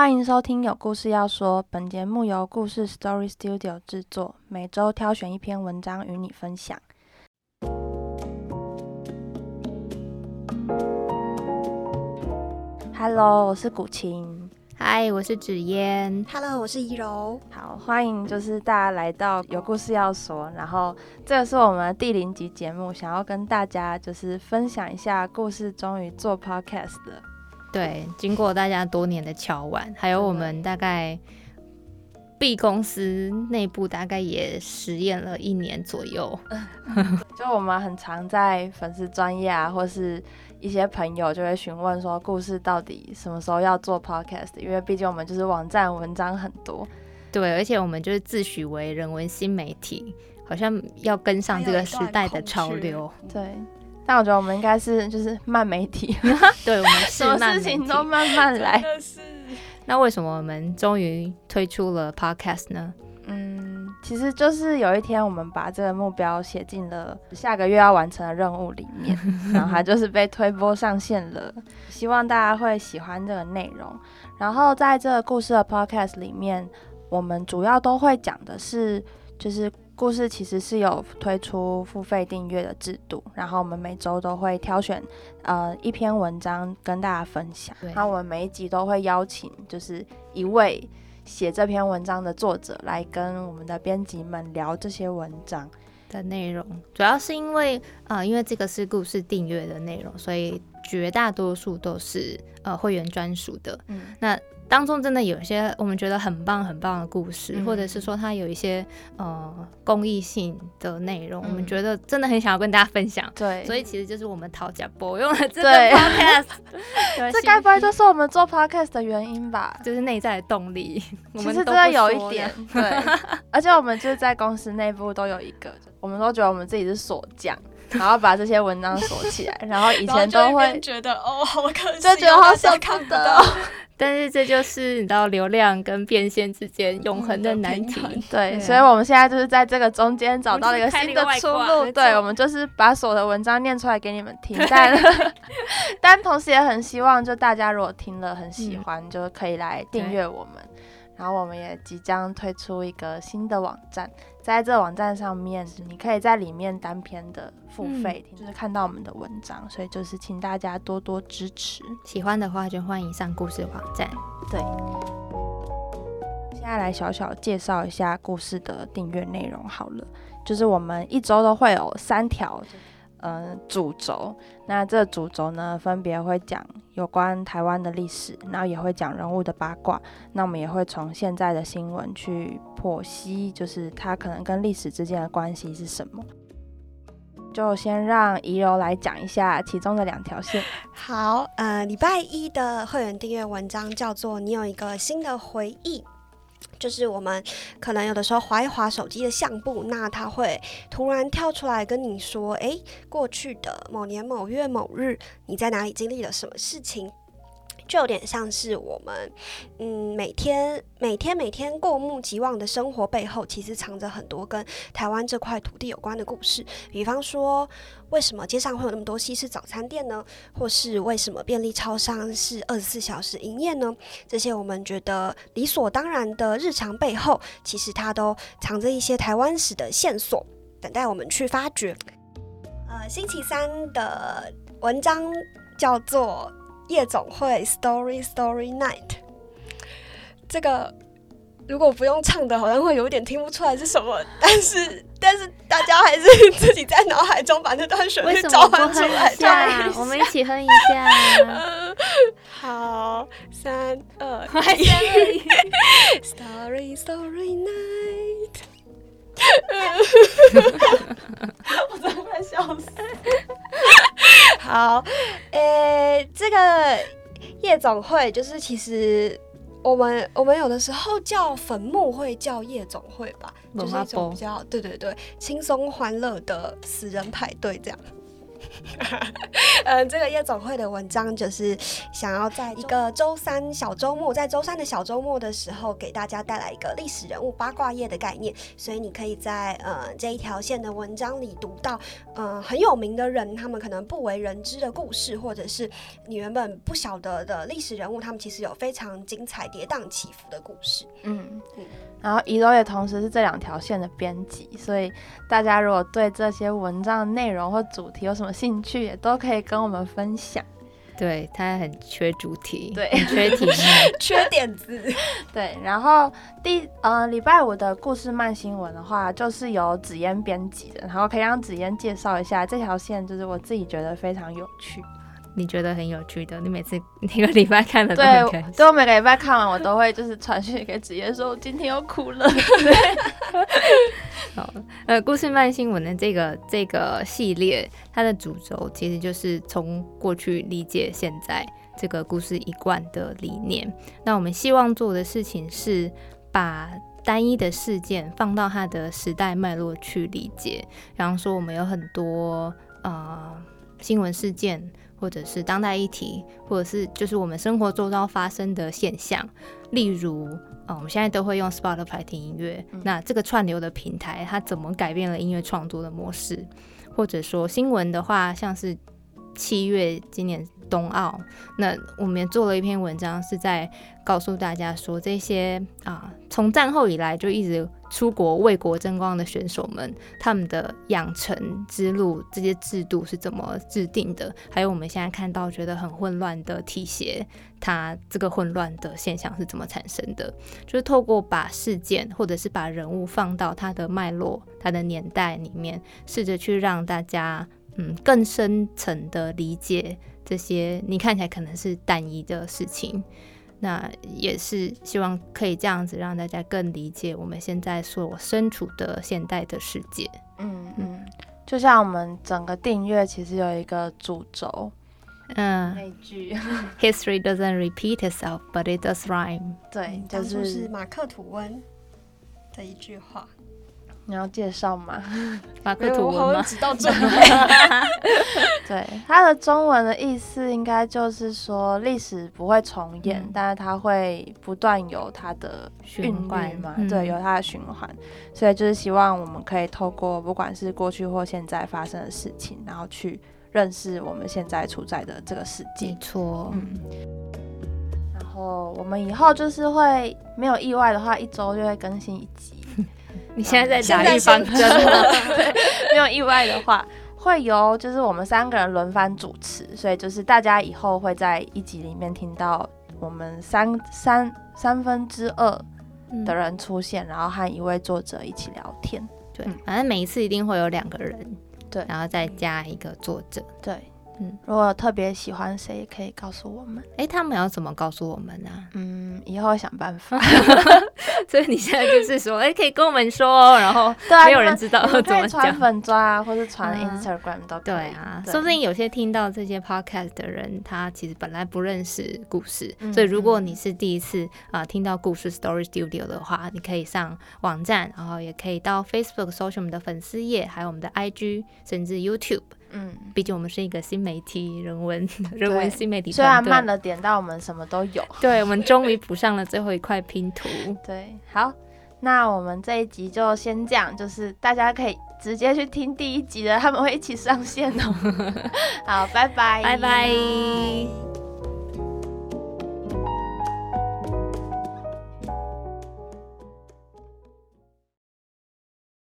欢迎收听有故事要说，本节目由故事 Story Studio 制作，每周挑选一篇文章与你分享。Hello， 我是古琴。 嗨，我是芷嫣。 Hello， 我是怡柔。 好，欢迎大家来到有故事要说，然后这个是我们的第0集节目，想要跟大家分享一下故事终于做 podcast 了。 对，经过大家多年的敲碗，还有我们大概 B 公司内部大概也实验了1年左右。 就我们很常在粉丝专页啊，或是一些朋友就会询问说，故事到底什么时候要做 podcast？ 因为毕竟我们网站文章很多。 对，而且我们自诩为人文新媒体，好像要跟上这个时代的潮流。 对。但我觉得我们应该是慢媒体。 对，我们是慢媒体， 什么事情都慢慢来。真的是。 那为什么我们终于推出了 podcast 呢？ 其实有一天我们把这个目标写进了下个月要完成的任务里面，然后它被推播上线了。希望大家会喜欢这个内容。然后在这个故事的 podcast 里面，我们主要都会讲的是故事其实是有推出付费订阅的制度，然后我们每周都会挑选一篇文章跟大家分享。然后我们每一集都会邀请一位写这篇文章的作者来跟我们的编辑们聊这些文章的内容。主要是因为这个是故事订阅的内容，所以绝大多数都是会员专属的。那当中真的有一些我们觉得很棒很棒的故事，或者是说它有一些公益性的内容，我们觉得真的很想要跟大家分享。 对， 所以其实就是我们讨价博用了这个 podcast。 这该不会就是我们做 podcast 的原因吧？ 就是内在的动力。 其实真的有一点，对。而且我们在公司内部都有一个，我们都觉得我们自己是锁匠。然后把这些文章锁起来，然后以前都会觉得好可惜， 就觉得好舍不得。 但是这就是你知道流量跟变现之间永恒的难题。 对，所以我们现在在这个中间找到了一个新的出路。对，我们把所有的文章念出来给你们听，但同时也很希望大家如果听了很喜欢，就可以来订阅我们。然后我们也即将推出一个新的网站，在这个网站上面你可以在里面单篇的付费看到我们的文章，所以请大家多多支持。 喜欢的话就欢迎上故事网站。 对，现在来小小介绍一下故事的订阅内容好了。我们一周都会有3条主轴，那这主轴呢分别会讲有关台湾的历史，然后也会讲人物的八卦，那我们也会从现在的新闻去剖析它可能跟历史之间的关系是什么。就先让怡柔来讲一下其中的2条线。 好，礼拜1的会员订阅文章叫做你有一个新的回忆，就是我们可能有的时候滑一滑手机的相簿，那它会突然跳出来跟你说，过去的某年某月某日你在哪里经历了什么事情，就有点像是我们每天过目即忘的生活背后，其实藏着很多跟台湾这块土地有关的故事。比方说，为什么街上会有那么多西式早餐店呢？或是为什么便利超商是24小时营业呢？这些我们觉得理所当然的日常背后，其实它都藏着一些台湾史的线索，等待我们去发掘。星期3的文章叫做夜总会 Story Night， 这个如果不用唱的好像会有点听不出来是什么，但是大家还是自己在脑海中把那段旋律召唤出来。 我们一起哼一下。 好，3、2、1 Story Night。我真的快笑死。好，这个夜总会其实我们有的时候叫坟墓会叫夜总会吧，就是一种比较对轻松欢乐的死人派对这样。 这个夜总会的文章就是想要在一个周三小周末，在周三的小周末的时候，给大家带来一个历史人物八卦页的概念，所以你可以在这一条线的文章里读到很有名的人，他们可能不为人知的故事，或者是你原本不晓得的历史人物，他们其实有非常精彩跌宕起伏的故事。 然后宜柔也同时是这两条线的编辑，所以大家如果对这些文章的内容或主题有什么兴趣，也都可以跟我们分享。 对，他很缺主题， 对， 很缺题目缺点子。 对，然后礼拜五的故事慢新闻的话，就是由子嫣编辑的，然后可以让子嫣介绍一下这条线，就是我自己觉得非常有趣。 你觉得很有趣的，你每次一个礼拜看了都很开心。 对，我每个礼拜看完，我都会就是传讯给子嫣说，我今天又哭了。 好，故事慢新闻的这个系列，它的主轴其实就是从过去理解现在这个故事一贯的理念。那我们希望做的事情是把单一的事件放到它的时代脉络去理解。然后说我们有很多新闻事件，或者是当代议题，或者是就是我们生活周遭发生的现象，例如我们现在都会用 Spotify 听音乐，那这个串流的平台它怎么改变了音乐创作的模式？或者说新闻的话，像是7月今年冬奥，那我们也做了一篇文章，是在告诉大家说，这些从战后以来就一直出国为国争光的选手们，他们的养成之路，这些制度是怎么制定的，还有我们现在看到觉得很混乱的体协，它这个混乱的现象是怎么产生的，就是透过把事件或者是把人物放到它的脉络、它的年代里面，试着去让大家更深层的理解这些你看起来可能是单一的事情。那也是希望可以这样子让大家更理解我们现在所身处的现代的世界。 就像我们整个订阅其实有一个主轴，那句 History doesn't repeat itself, but it does rhyme。 对， 当初是马克吐温的一句话。 你要介绍吗？ 马克吐温吗？ 只到这里。 对，它的中文的意思应该就是说历史不会重演，但是它会不断有它的韵律嘛，对，有它的循环，所以就是希望我们可以透过不管是过去或现在发生的事情，然后去认识我们现在处在的这个世界。 没错。 然后我们以后就是会没有意外的话，1周就会更新1集。 你现在在打预防针了？ 对，没有意外的话，会由就是我们3个人轮番主持，所以就是大家以后会在一集里面听到我们三分之2的人出现，然后和一位作者一起聊天。 对，反正每一次一定会有2个人， 对， 然后再加一个作者。 对。如果特别喜欢谁，也可以告诉我们。 他们要怎么告诉我们呢？ 以后想办法。 所以你现在就是说，可以跟我们说，然后没有人知道怎么讲。 传粉专啊，或是传 Instagram 都可以。 对啊，说不定有些听到这些 podcast 的人，他其实本来不认识故事，所以如果你是第一次听到故事 Story Studio 的话，你可以上网站，然后也可以到 Facebook 搜寻我们的粉丝页，还有我们的 IG， 甚至 YouTube。毕竟我们是一个新媒体人文新媒体团队， 虽然慢了点，但我们什么都有。 对，我们终于补上了最后一块拼图。 对，好，那我们这一集就先这样，就是大家可以直接去听第1集的，他们会一起上线哦。好，拜拜， 拜拜。